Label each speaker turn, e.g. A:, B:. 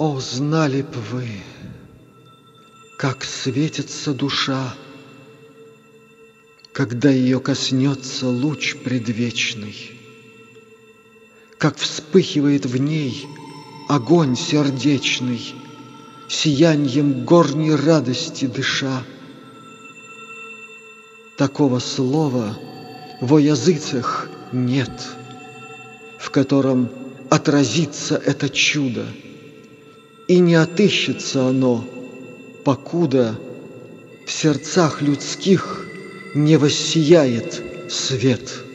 A: О, знали б вы, как светится душа, когда ее коснется луч предвечный, как вспыхивает в ней огонь сердечный, сияньем горней радости дыша. Такого слова во языцах нет, в котором отразится это чудо, и не отыщется оно, покуда в сердцах людских не воссияет свет.